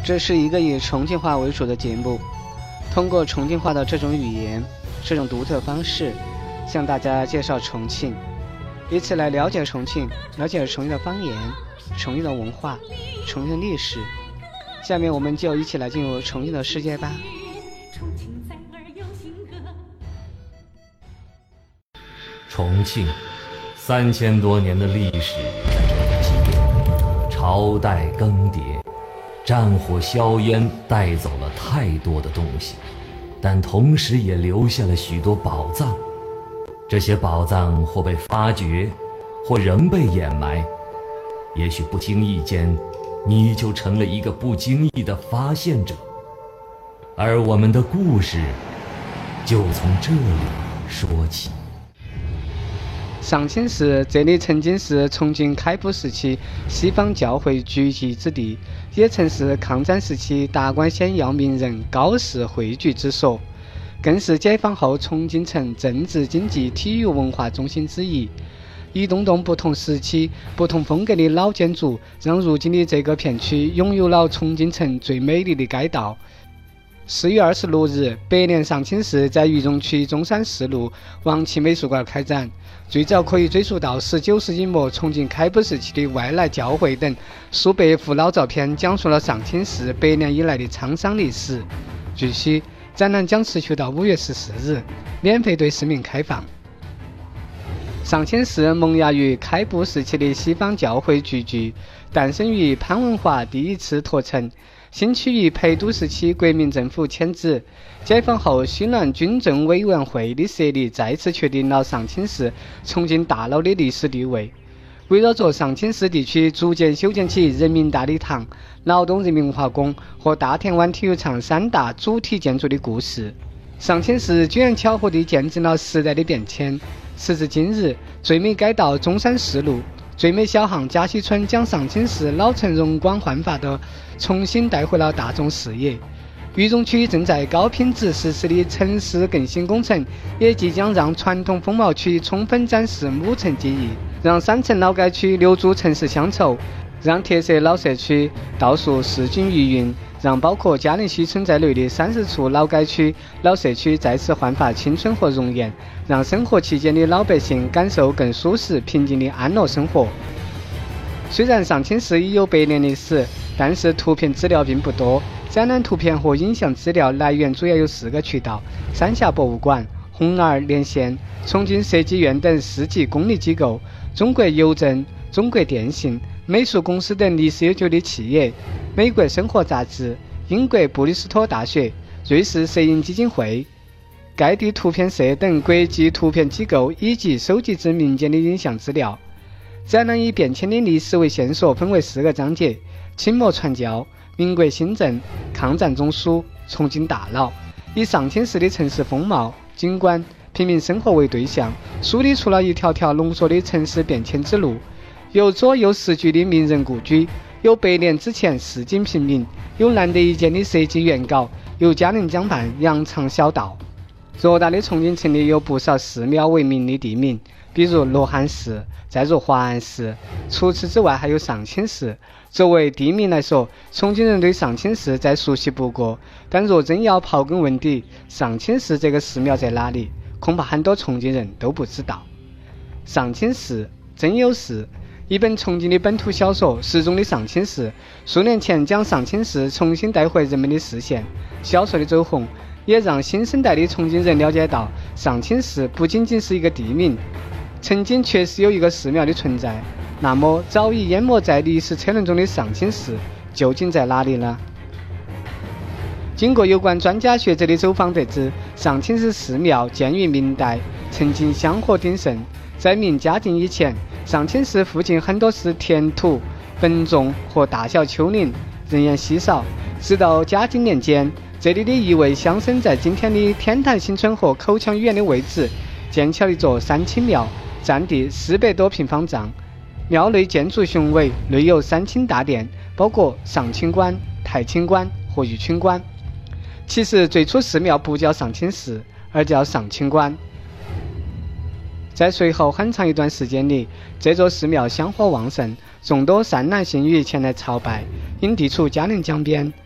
这是一个以重庆话为主的节目，通过重庆话的这种语言、这种独特方式，向大家介绍重庆，以此来了解重庆，了解重庆的方言、重庆的文化、重庆的历史。下面我们就一起来进入重庆的世界吧。 重庆3000多年的历史在这里积淀，朝代更迭，战火硝烟带走了太多的东西，但同时也留下了许多宝藏。这些宝藏或被发掘，或仍被掩埋，也许不经意间你就成了一个不经意的发现者，而我们的故事就从这里说起。 上清市，这里曾经是重庆开埠时期西方教会聚集之地，也曾是抗战时期达官显要名人高士汇聚之所，更是解放后重庆城政治、经济、体育、文化中心之一。一栋栋不同时期、不同风格的老建筑，让如今的这个片区拥有了重庆城最美丽的街道。4月26日，百年上清市在渝中区中山四路王琦美术馆开展，最早可以追溯到19世纪末重庆开埠时期的外来教会等数百幅老照片，讲述了上清市100年以来的沧桑历史。据悉，展览将持续到5月14日，免费对市民开放。上清市萌芽于开埠时期的西方教会聚居，诞生于潘文华第一次拓城，兴起于陪都时期国民政府迁址，解放后西南军政委员会的设立，再次确定了上清市重庆大脑的历史地位。围绕着上清市地区逐渐修建起人民大礼堂、劳动人民文化宫和大田湾体育场3大主体建筑的故事，上清市机缘巧合地见证了时代的变迁。时至今日，最美街道中山四路、最美小巷嘉溪村将上清市老城容光焕发地重新带回了大众视野。渝中区正在高品质实施的城市更新工程，也即将让传统风貌区充分展示母城记忆，让3层老街区留住城市乡愁，让特色老社区道树势均余韵，让包括嘉陵西村在内的30处老街区、老社区再次焕发青春和容颜，让生活期间的老百姓感受更舒适、平静的安乐生活。虽然上清市已有100年历史，但是图片资料并不多。展览图片和影像资料来源主要有4个渠道：三峡博物馆、红二连线、重庆设计院等4级公立机构，中国邮政、中国电信、美术公司等历史悠久的企业，美国生活杂志、英国布里斯托大学、瑞士摄影基金会、盖地图片社等国际图片机构以及收集至民间的影像资料。展览以变迁的历史为线索，分为4个章节：清末传教、民国新政、抗战中枢、重庆大脑，以上清市的城市风貌、景观、平民生活为对象，梳理出了一条条浓缩的城市变迁之路。有左右时局的名人故居，有100年之前市井平民，有难得一见的设计原稿，有嘉陵江畔羊肠小道。偌大的重庆城里有不少寺庙为名的地名，比如罗汉寺，再如华安寺。除此之外还有上清市。作为地名来说，重庆人对上清市再熟悉不过，但若真要刨根问底，上清市这个寺庙在哪里，恐怕很多重庆人都不知道。上清市真有事，一本重庆的本土小说《失踪的上清市》，数年前将上清市重新带回人们的视线。小说的走红，也让新生代的重庆人了解到，上清市不仅仅是一个地名，曾经确实有一个寺庙的存在。那么早已淹没在历史车轮中的上清市究竟在哪里呢？经过有关专家学者的走访得知，上清市寺庙建于明代，曾经香火鼎盛。在明嘉靖以前，上清市附近很多是田土、坟冢和大小丘陵，人烟稀少。直到嘉靖年间，这里的一位乡绅在今天的天坛新村和口腔医院的位置建起了一座三清庙，占地400多平方丈。庙内建筑雄伟，内有3清大殿，包括上清观、太清观和玉清观。其实最初寺庙不叫上清市，而叫上清观。在随后很长一段时间里，这座寺庙香火旺盛，众多善男信女前来朝拜。因地处嘉陵江边，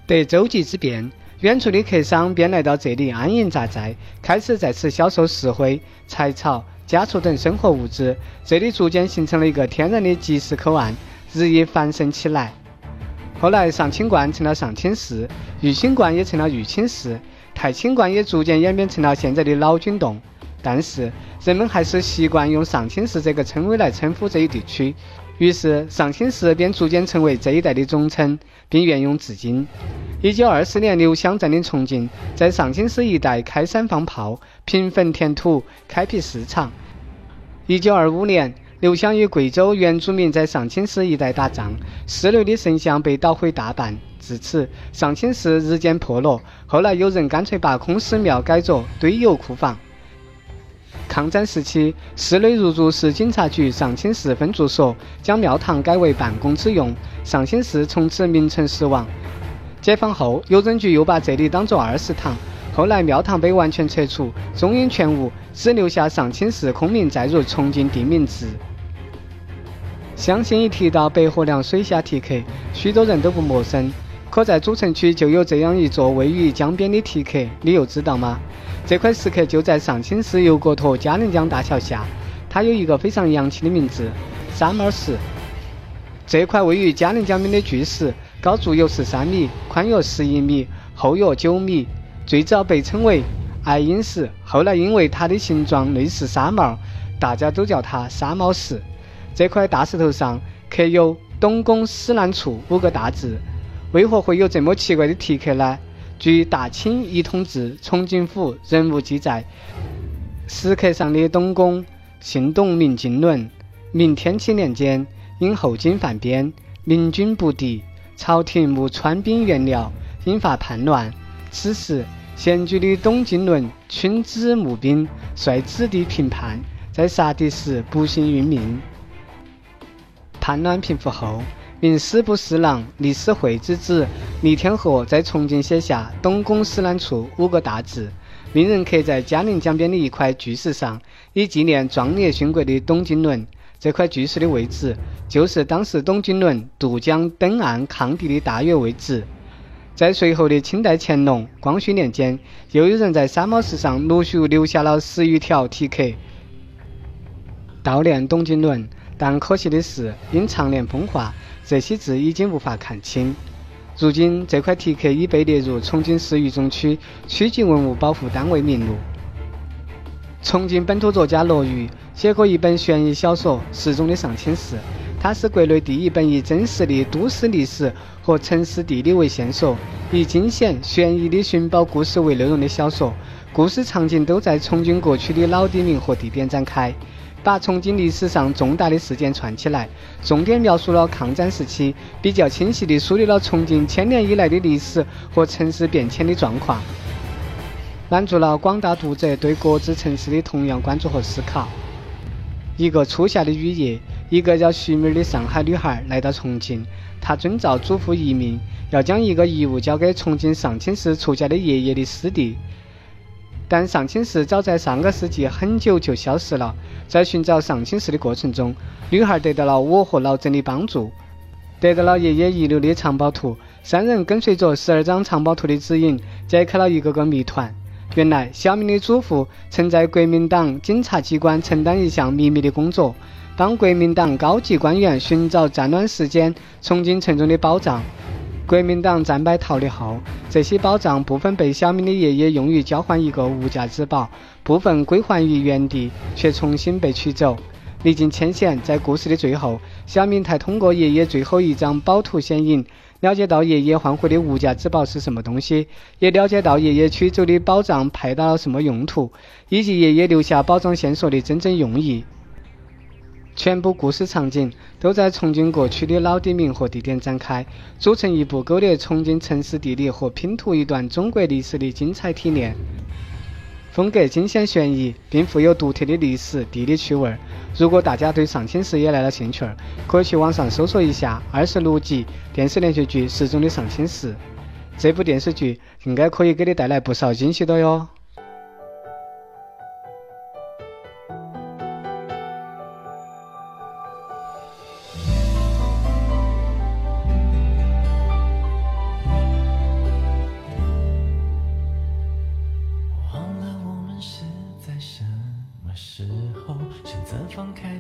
得洲际之变，远处的客商便来到这里安营扎寨，开始在此销售石灰、柴草、家畜等生活物资。这里逐渐形成了一个天然的集市口岸，日益繁盛起来。后来上清观成了上清寺，玉清观也成了玉清寺，太清观也逐渐演变成了现在的老君洞。但是人们还是习惯用上清寺这个称谓来称呼这一地区，于是上清寺便逐渐成为这一带的总称，并沿用至今。1920年，刘湘占领重庆，在上清寺一带开山放炮，平坟填土，开辟市场。1925年，刘湘与贵州原住民在上清寺一带打仗，寺内的神像被捣毁大半，自此上清寺日渐破落。后来有人干脆把空寺庙改作堆油库房。抗战时期，寺内入驻市警察局上清寺分驻所，将庙堂改为办公之用，上清寺从此名存实亡。解放后，邮政局又把这里当作二世堂，后来庙堂被完全拆除，踪影全无，只留下上清寺空名再入重庆地名志。相信一提到北河梁水下题刻，许多人都不陌生。可在主城区就有这样一座位于江边的题刻，你又知道吗？这块石刻就在上清寺油锅坨嘉陵江大桥下，它有一个非常洋气的名字——三毛石。这块位于嘉陵江边的巨石，高足有13米，宽约11米，厚约9米。最早被称为爱因石，后来因为它的形状类似沙帽，大家都叫它沙帽石。这块大石头上刻有“东宫司难处”5个大字。为何会有这么奇怪的题刻呢？据《大清一统志》重庆府人物记载，石刻上的东宫姓董名金伦，明天启年间因后金犯边，明军不敌，朝廷募川兵援辽，引发叛乱。此时现居的董金伦群之募兵，率子弟平叛，在杀敌时不幸殒命。叛乱平复后，明司部侍郎李思惠之子李天和在重庆写下“东宫司难处”5个大字，命人刻在嘉陵江边的一块巨石上，以纪念壮烈殉国的董金伦。这块巨石的位置就是当时董金伦渡江登岸抗敌的大约位置。在随后的清代乾隆、光绪年间，又有人在三毛石上陆续留下了10余条题刻，悼念董金伦。但可惜的是，因常年风化，这些字已经无法看清。如今这块题刻已被列入重庆市渝中区区级文物保护单位名录。重庆本土作家罗玉写过一本悬疑小说《失踪的上清寺》，它是国内第一本以真实的都市历史和城市地理为线索，以惊险悬疑的寻宝故事为内容的小说。故事场景都在重庆各区的老地名和地点展开，把重庆历史上重大的事件串起来，重点描述了抗战时期，比较清晰地梳理了重庆1000年以来的历史和城市变迁的状况，满足了广大读者对各自城市的同样关注和思考。一个初夏的雨夜，一个叫徐明的上海女孩来到重庆，她遵照祖父遗命，要将一个遗物交给重庆上清市出家的爷爷的师弟。但上清寺早在上个世纪很久就消失了。在寻找上清寺的过程中，女孩得到了我和老郑的帮助，得到了爷爷遗留的藏宝图。3人跟随着12张藏宝图的指引，解开了一个个谜团。原来小明的祖父曾在国民党警察机关承担一项秘密的工作，帮国民党高级官员寻找战乱时间重庆城中的宝藏。国民党战败逃离后，这些宝藏部分被小明的爷爷用于交换一个无价之宝，部分归还于原地，却重新被取走。历经牵线，在故事的最后，小明才通过爷爷最后一张宝图显影，了解到爷爷换回的无价之宝是什么东西，也了解到爷爷取走的宝藏派到了什么用途，以及爷爷留下宝藏线索的真正用意。全部故事场景都在重庆各区的老地名和地点展开，组成一部勾勒重庆城市地理和拼图一段中国历史的精彩体验。风格惊险悬疑，并富有独特的历史地理趣味。如果大家对上清寺也来了兴趣，可以去网上搜索一下26集电视连续剧《失踪的上清寺》。这部电视剧应该可以给你带来不少惊喜的哟。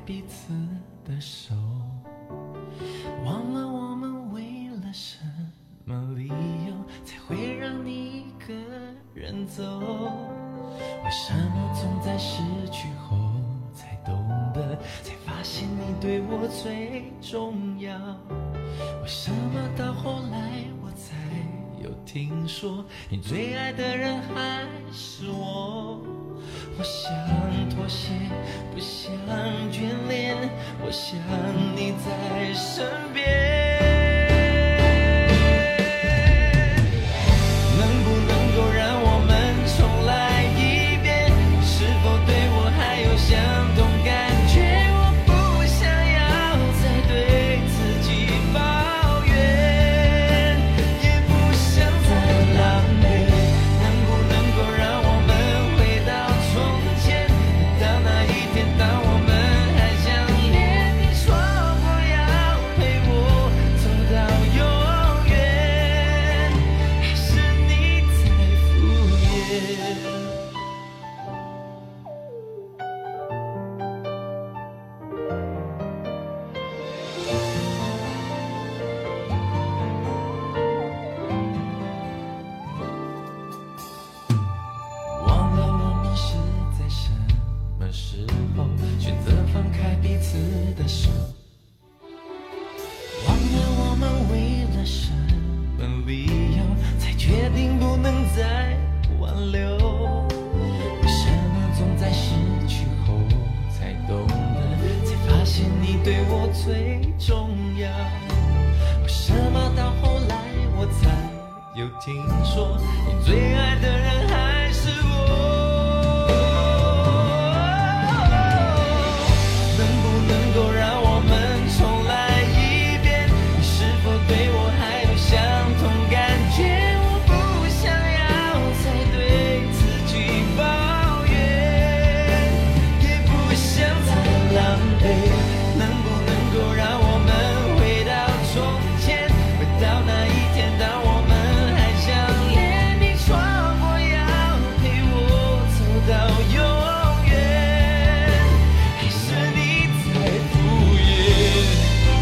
彼此的手，忘了我们为了什么理由才会让你一个人走。为什么总在失去后才懂得，才发现你对我最重要？为什么到后来我才有听说，你最爱的人还是我？我想妥协，不想眷恋，我想你在身边。能不能够让我们重来一遍？是否对我还有相同感觉？我不想要再对自己抱怨，也不想再狼狈。能不能够让我们回到从前？到那一天，当我们还相恋，你说过要陪我走到永远，还是你在敷衍？忘了我们是在什么时候选择放开彼此的手，忘了我们为了什么理由才决定不能再挽留。为什么总在失去后才懂得，才发现你对我最重要？为什么到后来我才有听说，你最爱的人还是我？能不能够让我们重来一遍？你是否对我还有相同感觉？我不想要再对自己抱怨，也不想再狼狈。能不能够让我们回到从前？回到那一天，当我们还相恋，你说过要陪我走到永远，还是你在敷衍？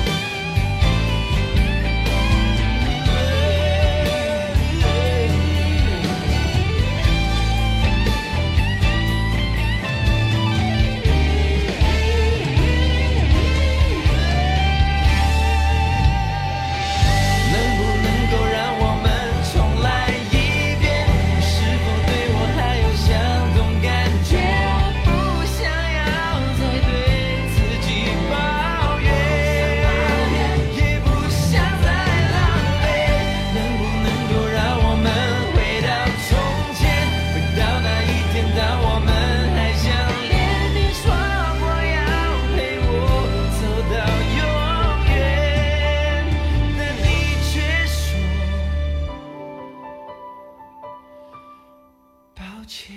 能不能够让我们重来一遍？你是否对我还有相同感觉？我不想要再对自己抱怨，也不想再狼狈。能不能够让我们回到从前？回到那一天，当我们还相恋，你说过要陪我走到永远，但你却说抱歉。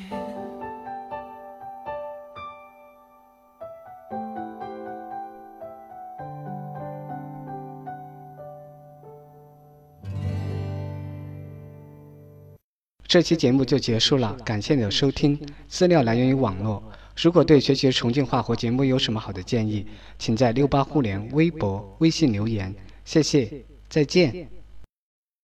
这期节目就结束了，感谢你的收听。资料来源于网络。如果对学习重庆话或节目有什么好的建议，请在68互联微博、微信留言。谢谢，再见。